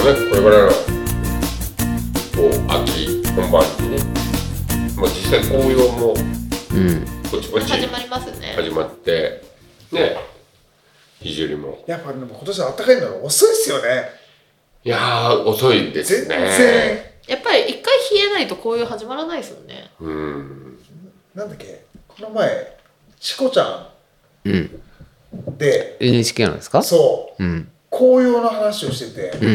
これからの秋本番にね、実際紅葉もぼちぼち始まりますね。 始まってね、日照りもやっぱでも今年は暖かいのが遅いですよね。 いやー遅いですね。 全然やっぱり一回冷えないと紅葉始まらないですよね。 なんだっけ、この前チコちゃんで、 NHK なんですか？ そう、紅葉の話をしてて、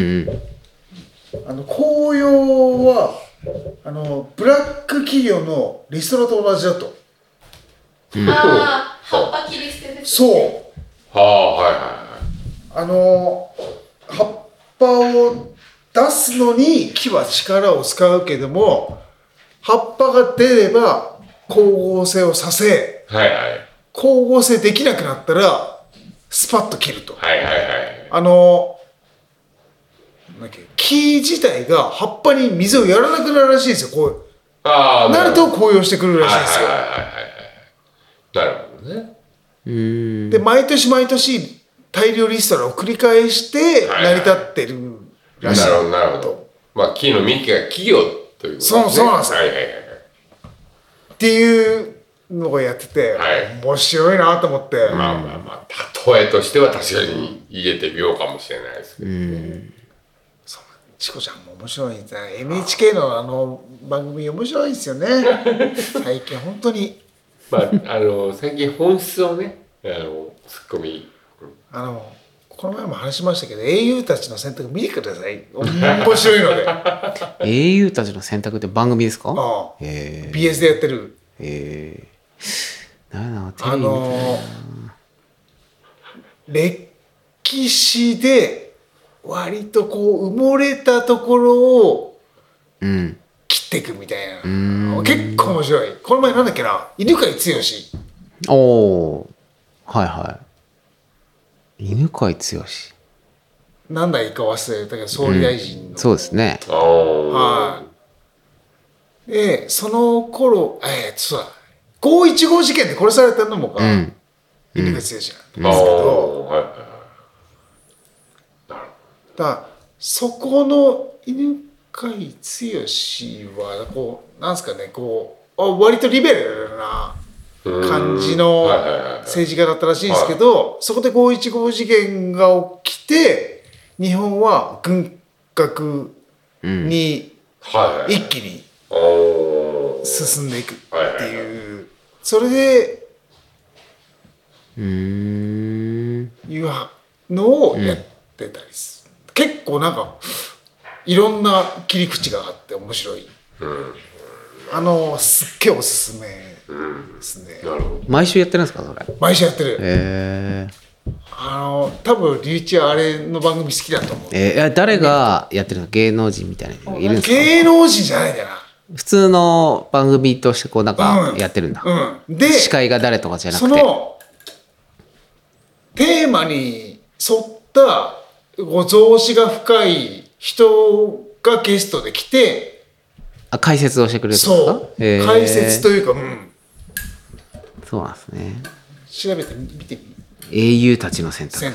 紅葉はブラック企業のリストラと同じだと。 ああ、葉っぱ切り捨てです。 そう。 はあ、はいはいはい。 葉っぱを出すのに木は力を使うけども、葉っぱが出れば光合成をさせ、 はいはい。 光合成できなくなったらスパッと切ると。 はいはいはい。 なんだっけ、木自体が葉っぱに水をやらなくなるらしいんですよ。こうなると紅葉してくるらしいんですよ。 なるほどね。 で毎年毎年大量リストラを繰り返して成り立ってるらしい。 なるほど。まあ木の幹が企業ということですね。 そうなんですよ。 はいはいはい。 っていうのをやってて、面白いなと思って。 まあ例えとしては確かに言えてみようかもしれないですけどね。 チコちゃんも面白いんですね。NHK の番組面白いんですよね。最近本当に。 最近本質をね、ツッコミ。 この前も話しましたけど、英雄たちの選択見てください。面白いので。 英雄たちの選択って番組ですか？ ああ。BS でやってる。歴史で割とこう埋もれたところを切っていくみたいな。結構面白い。この前なんだっけな、犬飼剛。 おお、はいはい。犬飼剛。 何代か忘れたけど総理大臣の。 そうですね。 はい。でその頃そうだ、515事件で殺されたのもが犬飼剛なんですけど、だからそこの犬飼剛はこうなんですかね、こう割とリベラルな感じの政治家だったらしいんですけど、そこで515事件が起きて日本は軍拡に一気に進んでいくっていう、それでいうのをやってたりする。結構なんかいろんな切り口があって面白い。すっげえおすすめですね。 毎週やってるんですかそれ？ 毎週やってる。多分龍一はあれの番組好きだと思う。 誰がやってるの？芸能人みたいな人いるんですか？ 芸能人じゃないんだよな。 普通の番組としてこうなんかやってるんだ。 で司会が誰とかじゃなくて、 そのテーマに沿った造詞が深い人がゲストで来て解説をしてくれるんですか？ そう、解説というか、 そうなんですね。 調べてみてみ。 英雄たちの選択。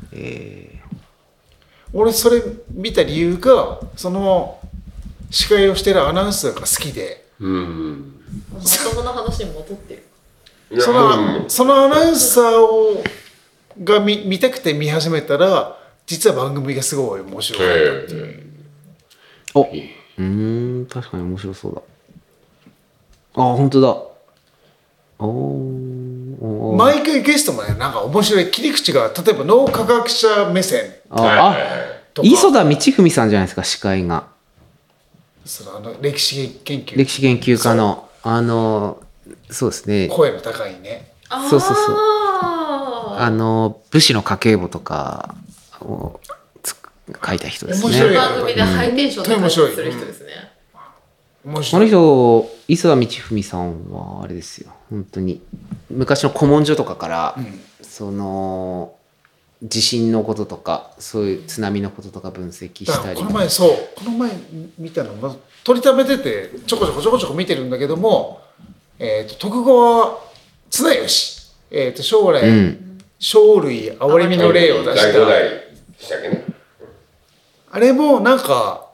俺それ見た理由がその司会をしてるアナウンサーが好きで、 そこの話に戻ってる。 そのアナウンサーが見たくて見始めたら実は番組がすごい面白かったっていう。 確かに面白そうだ。本当だ。 毎回ゲストもね、なんか面白い切り口が、例えば脳科学者目線とか、 磯田道文さんじゃないですか、司会が。 歴史研究家のそうですね、 声の高いね。 そう武士の家計簿とかを書いた人ですね。 面白い番組でハイテンションで解説する人ですね。 この人、磯田道文さんはあれですよ、本当に昔の古文書とかから、その地震のこととかそういう津波のこととか分析したり。 この前見たの取りためててちょこちょこ見てるんだけども、徳川綱吉、将来、生類憐みの令を出したあれもなんか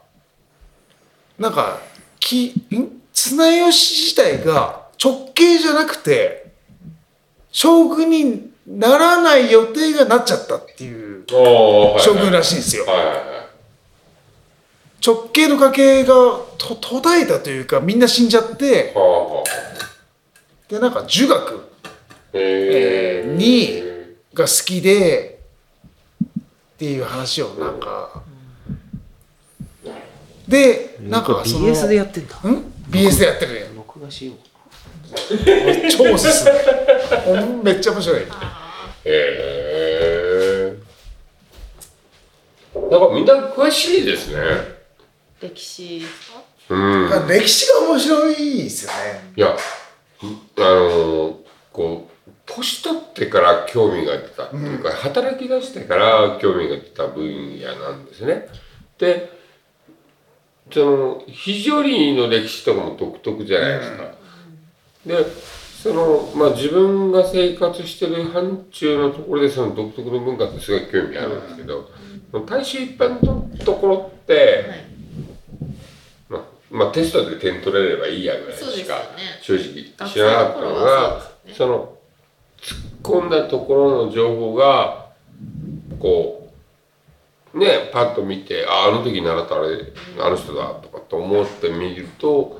綱吉自体が直系じゃなくて将軍にならない予定がなっちゃったっていう将軍らしいんですよ。直系の家系が途絶えたというかみんな死んじゃって、でなんか儒学、にが好きでっていう話をなんかでなんかその BS でやってんだ。 BS でやってるね。 録画しよう。 超おすすめ。めっちゃ面白い。 なんかみんな詳しいですね。 歴史ですか？ 歴史が面白いですよね。 いや、こう年取ってから興味が出たっていうか、働き出してから興味が出た分野なんですね。で、その肘折の歴史とかも独特じゃないですか。で、自分が生活してる範疇のところでその独特の文化ってすごい興味あるんですけど、大衆一般のところって、テストで点取れればいいやぐらいしか正直知らなかったのが、その突っ込んだところの情報がこうねパッと見て、あの時習ったあの人だとかと思ってみると、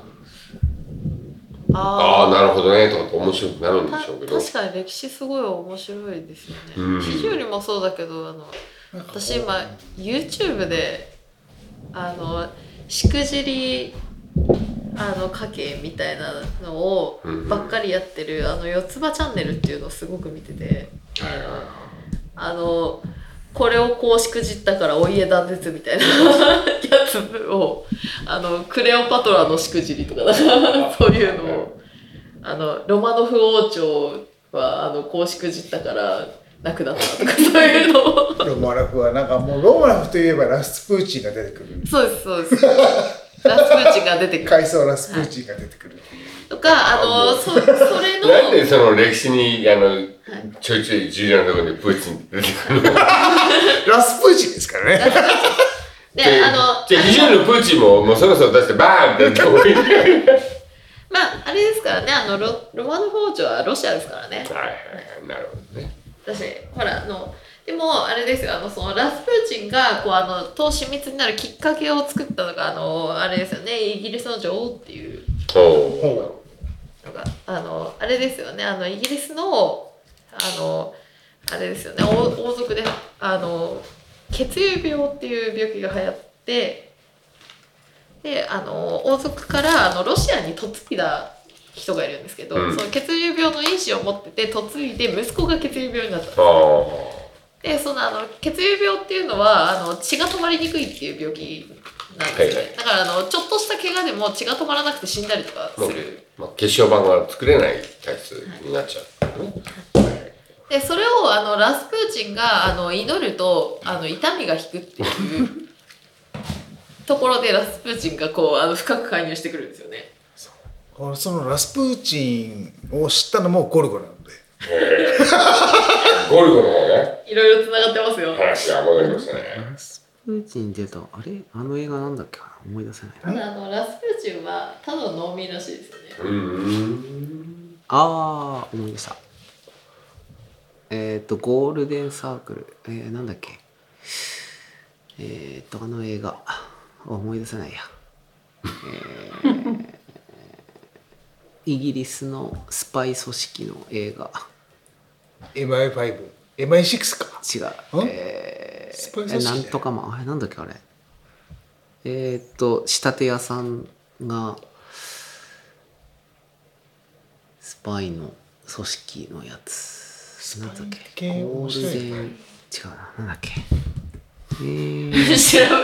なるほどねとかって面白くなるんでしょうけど、 確かに歴史すごい面白いですよね。肘折もそうだけど、私今 YouTube でしくじり家計みたいなのをばっかりやってる四つ葉チャンネルっていうのをすごく見てて、これをこうしくじったからお家断絶みたいなやつをクレオパトラのしくじりとかそういうのをロマノフ王朝はこうしくじったからなくなったとか、そういうのをロマノフはなんかもうロマノフといえばラスプーチンが出てくる。 そうですそうです。ラスプーチンが出てくる。 回想ラスプーチンが出てくる。 とかそれのなんでその歴史にちょいちょい重要なところでプーチン出てくるの？ ラスプーチンですからね。 でじゃあ肘折のプーチンもそろそろ出してバーンってやった方がいい。 あれですからね、ロマノフ王朝はロシアですからね。 はい、なるほどね。 私ほらでもあれですよ、そのラスプーチンがと親密になるきっかけを作ったのがあれですよね、イギリスの女王っていうのがあれですよね、イギリスのあれですよね、王族で血友病っていう病気が流行って、で王族からロシアに嫁いだ人がいるんですけど、その血友病の因子を持ってて嫁いで息子が血友病になったんですよ。でその血友病っていうのは血が止まりにくいっていう病気なんですよね。だからちょっとした怪我でも血が止まらなくて死んだりとかする。 血小板が作れない体質になっちゃう。 でそれをラスプーチンが祈ると痛みが引くっていうところでラスプーチンが深く介入してくるんですよね。 そのラスプーチンを知ったのもゴルゴなんで。 ゴルゴの方ね。 いろいろつながってますよ。 話が戻りましたね。 ラスプーチン出たあれ映画なんだっけかな、思い出せないな。 ラスプーチンはただの農民らしいですよね。 思い出した。ゴールデンサークルなんだっけ、あの映画思い出せないや。イギリスのスパイ組織の映画 MI5 MI6 か違う、 スパイ組織なんとかあれなんだっけあれ仕立て屋さんがスパイの組織のやつなんだっけ、ゴールデン違うな、なんだっけ調べて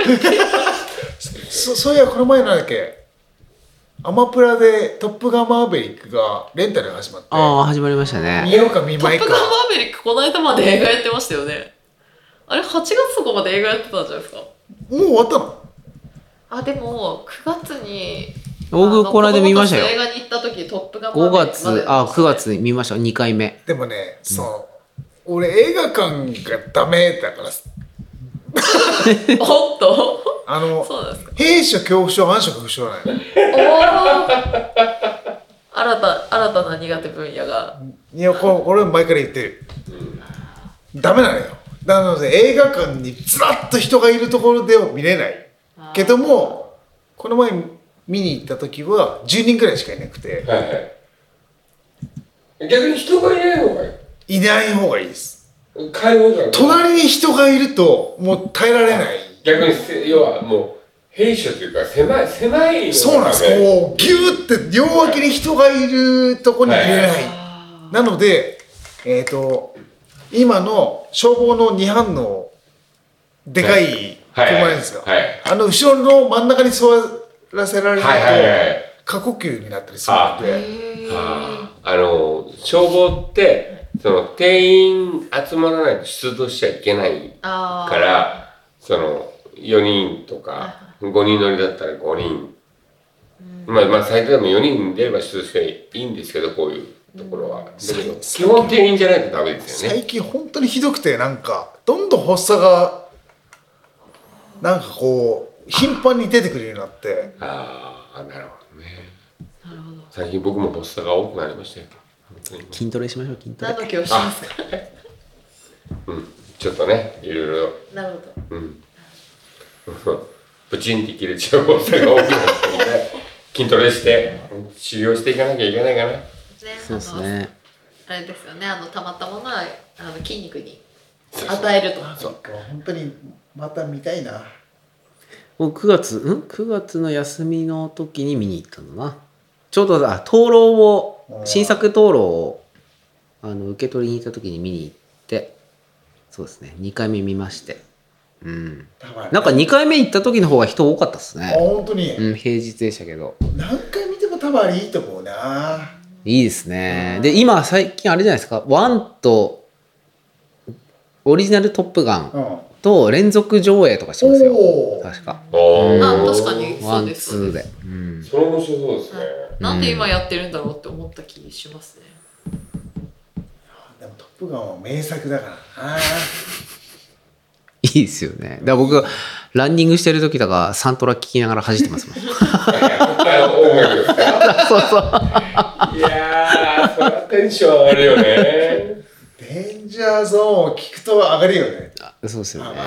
そういやこの前なんだっけ、アマプラでトップガンマーヴェリックがレンタルが始まって、 始まりましたね。 見ようか見まいか。 トップガンマーヴェリックこの間まで映画やってましたよね。あれ8月とかまで映画やってたんじゃないですか。 もう終わったの？ でも9月に僕この間見ましたよ。 映画に行った時トップガンマーヴェリックまで 9月に見ました2回目。 でもね、俺映画館がダメだからおっとそうなんですか。兵所恐怖症、暗所恐怖症なんや。 新たな苦手分野が。 いや、これ前から言ってる。ダメなのよ。なので映画館にずらっと人がいるところでは見れないけども、この前見に行った時は10人くらいしかいなくて、 はいはい、逆に人がいない方がいい。 いない方がいいです。 隣に人がいるともう耐えられない。 逆に要はもう兵所というか狭いの。 そうなんです。こうギューって両脇に人がいるとこに入れない。なので今の消防の2班のでかい車なんですよ。後ろの真ん中に座らせられると過呼吸になったりするので、 消防ってその定員集まらないと出動しちゃいけないから、その4人とか5人乗りだったら5人、まあ最低でも4人出れば出動していいんですけど、こういうところは。だけど基本定員じゃないとダメですよね。 最近本当にひどくて、なんかどんどん発作がなんかこう頻繁に出てくるようになって。 ああ、なるほどね。最近僕も発作が多くなりましたよ。 筋トレしましょう、筋トレ。 何の教師ですか。 ちょっとね、いろいろ。 なるほど。プチンって切れちゃう発作が多くなってね、筋トレして修行していかなきゃいけないかな。 そうですね。 あれですよね、たまったものは筋肉に与えると。 そうか、本当にまた見たいな。 もう9月の休みの時に見に行ったんだな。ちょうど新作灯籠を受け取りに行った時に見に行って、そうですね、2回目見まして、なんか2回目行った時の方が人多かったですね。 本当に、 平日でしたけど、 何回見ても多分いいと思うな。 いいですね。で今最近あれじゃないですか、1とオリジナルトップガンと連続上映とかしてますよ、確か。 確かにそうです。 1、2で。 それ面白そうですね。 なんで今やってるんだろうって思った気しますね。 でもトップガンは名作だからな。 いいですよね。だから僕ランニングしてる時とかサントラ聴きながら走ってますもん。そうそう。 いやー、それはテンション上がるよね。 デンジャーゾーンを聞くと上がるよね。 そうですよね。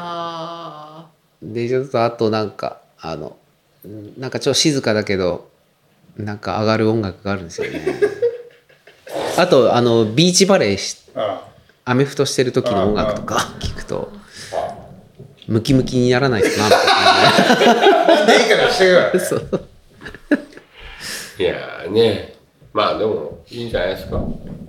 でちょっとあとなんかなんかちょっと静かだけどなんか上がる音楽があるんですよね。あとビーチバレーアメフトしてる時の音楽とか聞くとムキムキにならないかなみたいな。 なんでいいからしてくれ。 いやーね、まあでもいいんじゃないですか。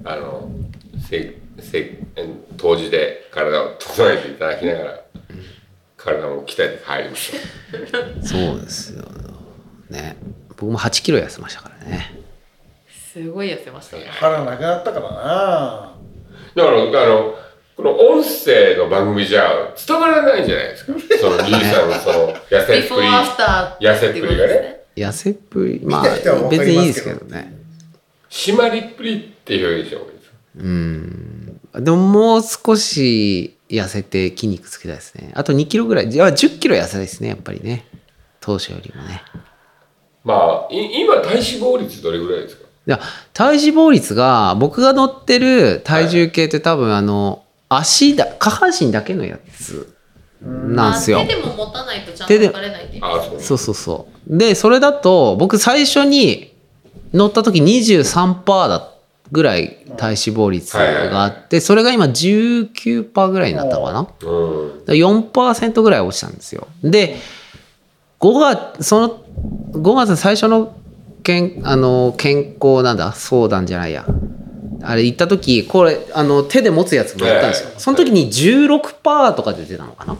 当時で体を整えていただきながら体も鍛えて帰りましょう。そうですよね。僕も8キロ痩せましたからね。 すごい痩せましたね。 腹なくなったからな。 だからこの音声の番組じゃ伝わらないじゃないですか。そのリーさんのその痩せっぷりがね。 痩せっぷり、まあ別にいいですけどね。 締まりっぷりっていう表現した方がいいですか。 でももう少し痩せて筋肉つけたいですね。あと2キロぐらい、10キロ痩せたいですね、やっぱりね。当初よりもね。 まあ今体脂肪率どれぐらいですか。 いや体脂肪率が僕が乗ってる体重計って多分下半身だけのやつなんですよ。 手でも持たないとちゃんと測れないっていう。 そうでそれだと僕最初に乗った時 23% ぐらい体脂肪率があって、それが今 19% ぐらいになったかな。4% ぐらい落ちたんですよ。で5月最初の健康相談じゃないや、あれ行った時これ手で持つやつもやったんですよ。その時に 16% とかで出たのかな。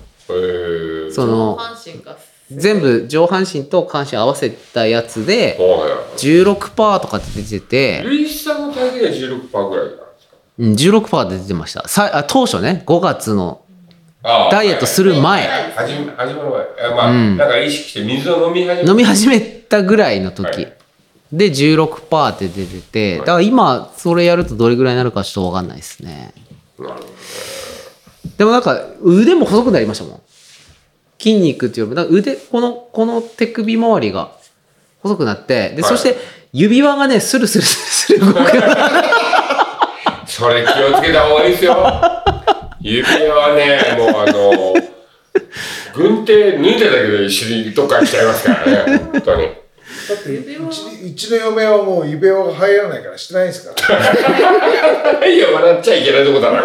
全部上半身と下半身合わせたやつで 16% とかで出てて、 ルイスさんの体重は 16% ぐらいなんですか。 16% で出てました。当初ね、5月のダイエットする前、 始まる前、なんか意識して水を飲み始めたぐらいの時、で 16% って出てて、だから今それやるとどれぐらいになるかちょっと分かんないですね。 なるほどね。 でもなんか腕も細くなりましたもん。筋肉っていうよりもなんか腕この手首周りが細くなってで、そして指輪がねスルスルスルスル動くそれ気をつけた方がいいですよ。指輪はねもう軍手脱いでたけど一緒にどっか行っちゃいますからね本当に。 だってうちの嫁はもう指輪が入らないからしてないですからいや笑っちゃいけないとこだな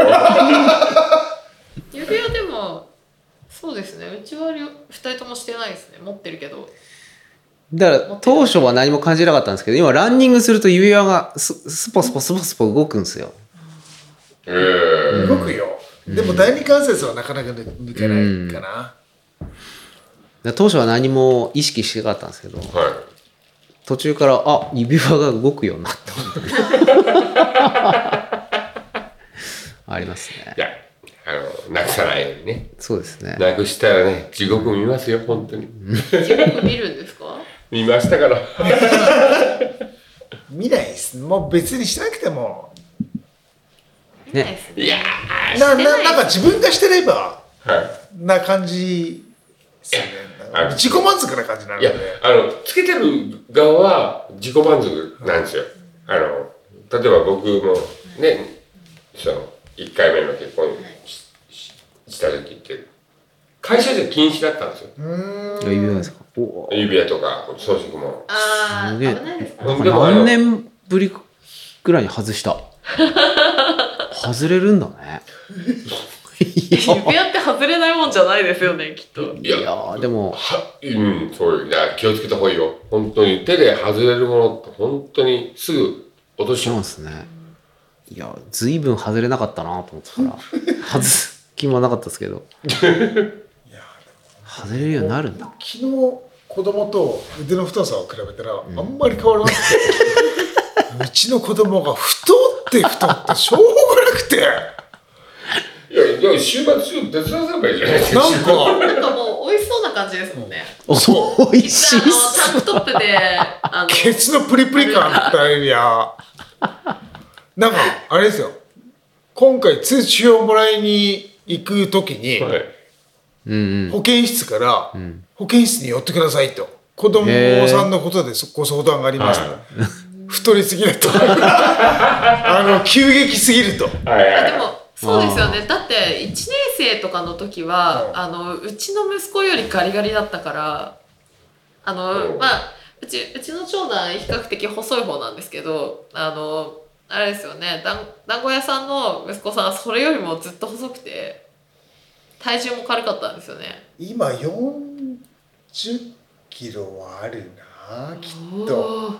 指輪でもそうですね、うちは2人ともしてないですね。持ってるけど。 だから当初は何も感じなかったんですけど今ランニングすると指輪がスポスポスポスポ動くんですよ。 動くよ。でも第二関節はなかなか抜けないかな。 当初は何も意識してなかったんですけど、途中から指輪が動くようになったありますね。 いやなくさないようにね。 そうですね。 なくしたらね地獄見ますよ本当に。 地獄見るんですか？ 見ましたから見ないです。もう別にしなくてもね。 いやなんか自分がしてればな感じですよね。自己満足な感じになるいやので。 つけてる側は自己満足なんですよ。例えば僕もねその1回目の結婚した時って会社じゃ禁止だったんですよ。 指輪ですか？ 指輪とか装飾も。 危ないですか？ でも何年ぶりぐらいに外した。外れるんだね。 指輪って外れないもんじゃないですよねきっと。 いやでもそういう気をつけた方がいいよ。本当に手で外れるものって本当にすぐ落としそうですね。いやずいぶん外れなかったなと思ってから外す気もなかったですけど外れるようになるんだ。 昨日子供と腕の太さを比べたらあんまり変わらなくて、うちの子供が太ってしょうがなくて。 いや週末ちょっと手伝わせばいいじゃないですか。 なんかもう美味しそうな感じですもんね。 そう美味しいっす。 タンクトップでケツのプリプリ感あったりやなんかあれですよ、今回通知をもらいに行く時に、保健室から、保健室に寄ってくださいと子供さんのことでご相談がありました、太りすぎると急激すぎると。 でもそうですよね。だって1年生とかの時はうちの息子よりガリガリだったからうちの長男比較的細い方なんですけどあれですよね、団子屋さんの息子さんはそれよりもずっと細くて体重も軽かったんですよね。 今40キロはあるなきっと。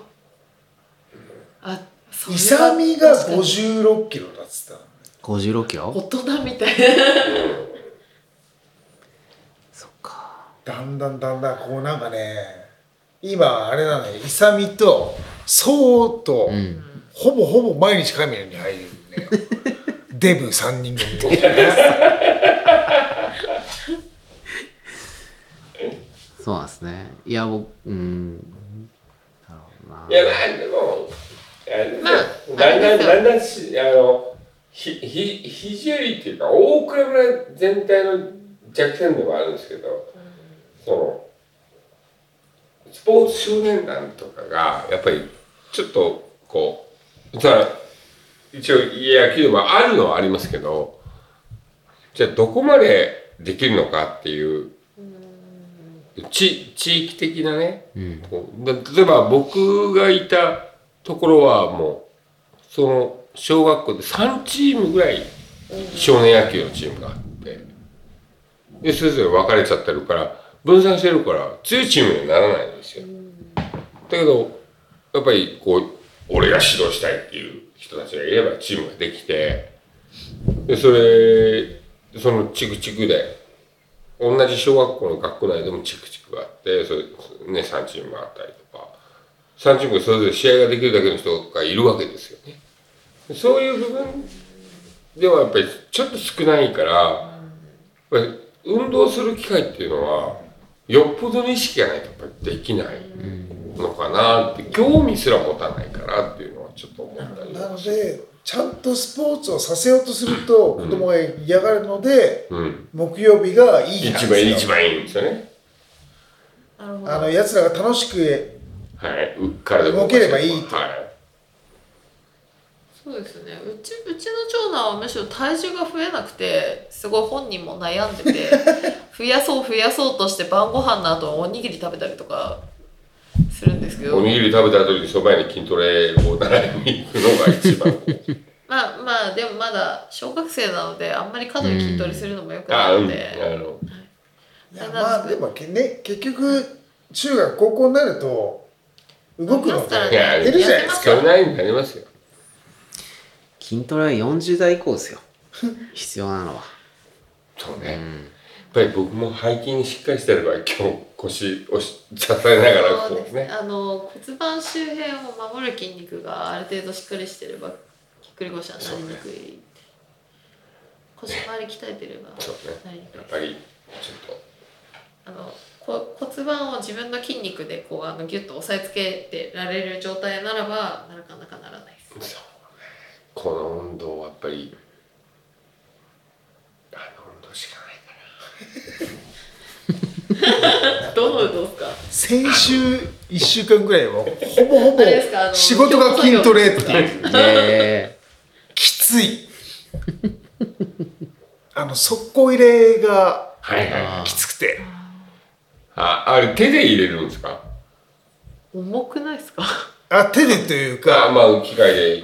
イサミが56キロだっつった。 56キロ？ 大人みたいなそっか。 だんだんこうなんかね今あれなのよ、イサミとソウと、ほぼ毎日カメラに入るねデブ3人組みたいなそうなんですね。いや僕なるほどな。 いやでもだんだん肘よりっていうか大倉村全体の弱点でもあるんですけど、そのスポーツ少年団とかがやっぱりちょっとこう一応野球でもあるのはありますけど、じゃあどこまでできるのかっていう地域的なね、例えば僕がいたところはもうその小学校で3チームぐらい少年野球のチームがあって、でそれぞれ分かれちゃってるから分散してるから強いチームにはならないんですよ。だけどやっぱりこう俺が指導したいっていう人たちがいればチームができて、でその地区で同じ小学校の学校内でも地区があって、それね3チームがあったりとか、3チームがそれぞれ試合ができるだけの人がいるわけですよね。そういう部分ではやっぱりちょっと少ないから、やっぱり運動する機会っていうのはよっぽどの意識がないとやっぱりできないのかなって、興味すら持たないからっていうのはちょっと思ったりなのでちゃんとスポーツをさせようとすると子供が嫌がるので、木曜日がいい日なんですよ。 一番いいんですよね。 なるほど。 奴らが楽しく動ければいいと。 そうですね。うちの長男はむしろ体重が増えなくてすごい本人も悩んでて増やそうとして晩ご飯の後おにぎり食べたりとかするんですけど、 おにぎり食べた後にそばに筋トレを習いに行くのが一番まあでもまだ小学生なのであんまり過度に筋トレするのもよくないので、 まあでもね結局中学高校になると動くので減るじゃないですか。 少ないになりますよ。 筋トレは40代以降ですよ必要なのは。 そうね、やっぱり僕も背筋しっかりしてれば今日腰を支えながらこうね、 骨盤周辺を守る筋肉がある程度しっかりしてればぎっくり腰はなりにくい、腰回り鍛えてればなりにくい。 やっぱりちょっと骨盤を自分の筋肉でこうギュッと押さえつけてられる状態ならばなかなかならないです。 この運動はやっぱり運動しかないからどの運動ですか？ 先週1週間ぐらいはほぼほぼ仕事が筋トレっていうきつい速攻入れがきつくて、 あれ手で入れるんですか？ 重くないですか？ 手でというか機械で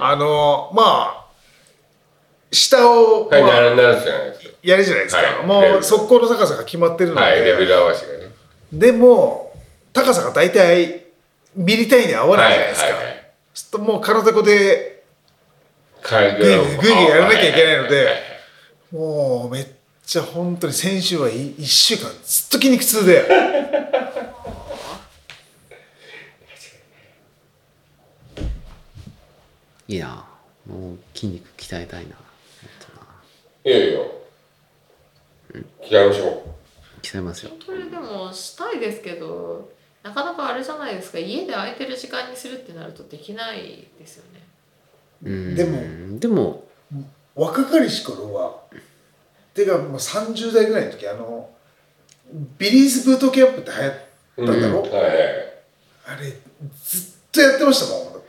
下をなるじゃないですか。 やるじゃないですか。もう速攻の高さが決まってるので、 レベル合わせがね。 でも高さが大体ミリ単位で合わないじゃないですか。ちょっともう体こでグイグイやらなきゃいけないので、もうめっちゃ本当に先週は1週間ずっと筋肉痛でいいな、もう筋肉鍛えたいな。 いやいや、鍛えましょう。 鍛えますよ。 筋トレでもしたいですけど、なかなかあれじゃないですか、家で空いてる時間にするってなるとできないですよね。 でも若かりし頃はてかもう30代ぐらいの時ビリーズブートキャンプって流行ったんだろ、あれずっとやってましたもん。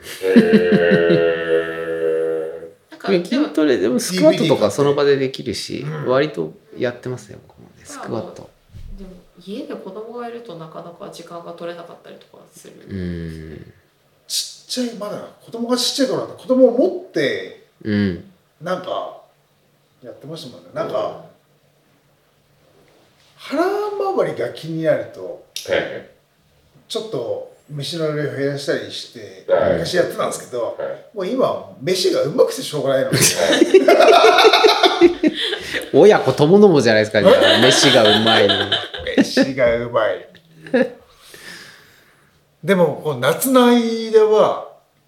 筋トレでもスクワットとかその場でできるし、割とやってますよ、僕もね、スクワット。 でも家で子供がいるとなかなか時間が取れなかったりとかする。 ちっちゃいまだ子供がちっちゃい頃だったら子供を持ってなんかやってましたもんね。なんか腹周りが気になるとちょっと飯の量を減らしたりして昔やってたんですけど、もう今飯がうまくてしょうがないので親子ともどもじゃないですか、ね、飯がうまいの飯がうまいでもこの夏の間は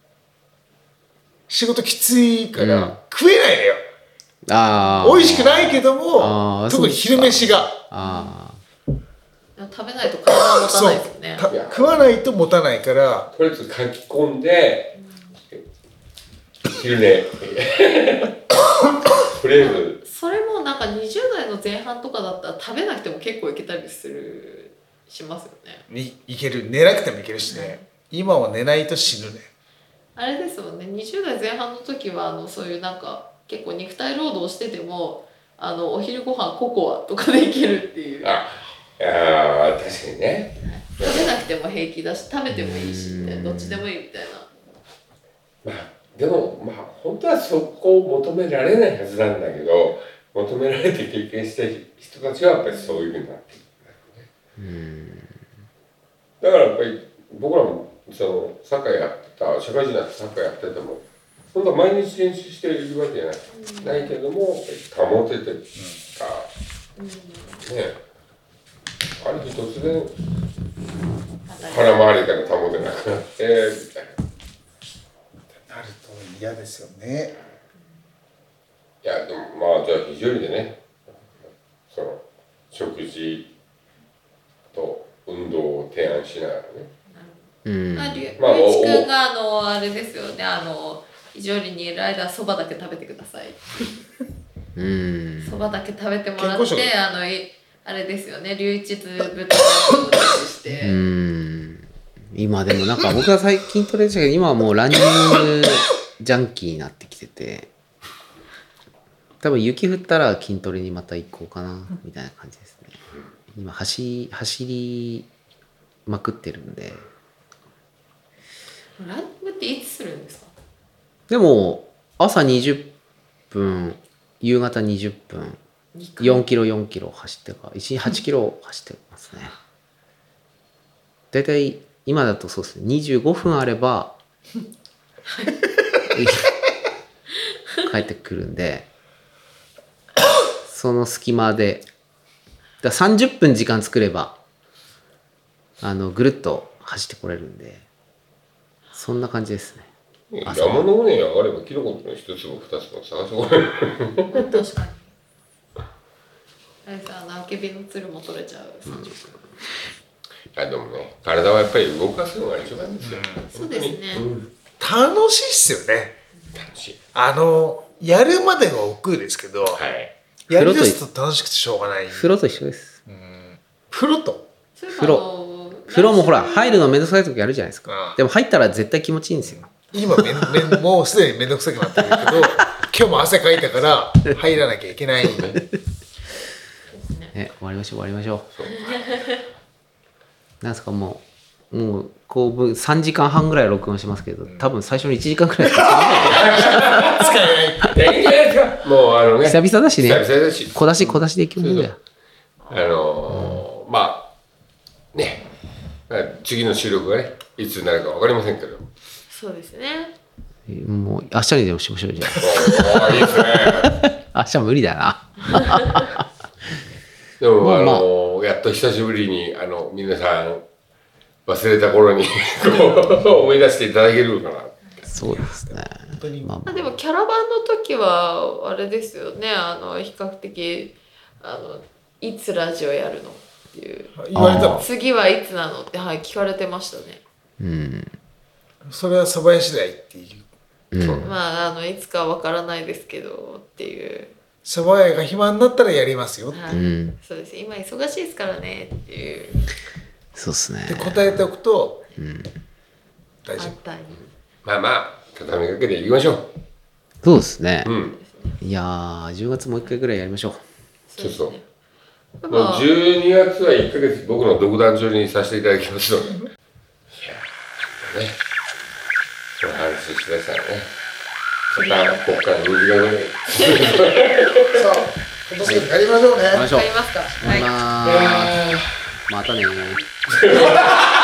仕事きついから食えないのよ。美味しくないけども特に昼飯が食べないと体持たないですよね。 食わないと持たないからとりあえず書き込んで昼寝とりあえずそれもなんか20代の前半とかだったら食べなくても結構いけたりしますよね。 いける、寝なくてもいけるしね。今は寝ないと死ぬね。 あれですもんね、20代前半の時はそういうなんか結構肉体労働しててもお昼ご飯ココアとかでいけるっていう。 確かにね。 食べなくても平気だし食べてもいいしみたいな、どっちでもいいみたいな。 でも本当はそこを求められないはずなんだけど、求められて経験した人たちはやっぱりそういうふうになっていくんだよね。だからやっぱり僕らもサッカーやってた、社会人になってサッカーやってても本当は毎日練習しているわけじゃないけども保ててた、ね。ある日突然腹回りから保てなくなってみたいな。 なると嫌ですよね。 いやでもじゃあ非常にでね、食事と運動を提案しながらね、 うん。 龍一君があれですよね、非常にいる間そばだけ食べてください。そばだけ食べてもらってあれですよね、龍一豚をして。 今でもなんか僕は最近トレーニングしたけど今はもうランニングジャンキーになってきてて、多分雪降ったら筋トレにまた行こうかなみたいな感じですね。今走りまくってるんで。 ランニングっていつするんですか？ でも朝20分夕方20分4キロ走ってから1日8キロ走ってますね。だいたい今だとそうですね25分あれば帰ってくるんで、その隙間でだ30分時間作ればぐるっと走ってこれるんで、そんな感じですね。 山の上に上がればキノコの一つも二つも探してこれる。 確かに。あれさ、あけびのつるも取れちゃう。 でもね、体はやっぱり動かすのが一番ですよ。 そうですね。 楽しいっすよね。 楽しい。 やるまでが億劫ですけど、やりだすと楽しくてしょうがない。 風呂と一緒です。 風呂もほら入るのめんどくさい時あるじゃないですか。でも入ったら絶対気持ちいいんですよ。 今もうすでにめんどくさくなってるけど今日も汗かいたから入らなきゃいけない。 終わりましょう。なんですかもうこう3時間半ぐらい録音しますけど、多分最初の1時間ぐらいしか使えない。 もう久々だしね。小出しでいきますんだよ。 まあね、次の収録がねいつになるか分かりませんけど。 そうですね。 もう明日にでもしましょうじゃあ。いいですね。 明日無理だな。 でもやっと久しぶりに皆さん忘れた頃に思い出していただけるかな。 そうですね。 でもキャラバンの時はあれですよね。比較的いつラジオやるのっていう言われたの。 次はいつなのって聞かれてましたね。 それは蕎麦屋次第っていう。 まあいつかわからないですけどっていう。 蕎麦屋が暇になったらやりますよって。 そうです。今忙しいですからねっていう。 そうですね。 で答えておくと大丈夫。 まあ畳みかけていきましょう。 そうですね。いや10月もう一回ぐらいやりましょう。 そうそう。もう12月は1ヶ月僕の独壇場にさせていただきますので。いやーね、その話してくださいね。またここから2時間ぐらい。 さあ、今年やりましょうね。 やりますか。 またね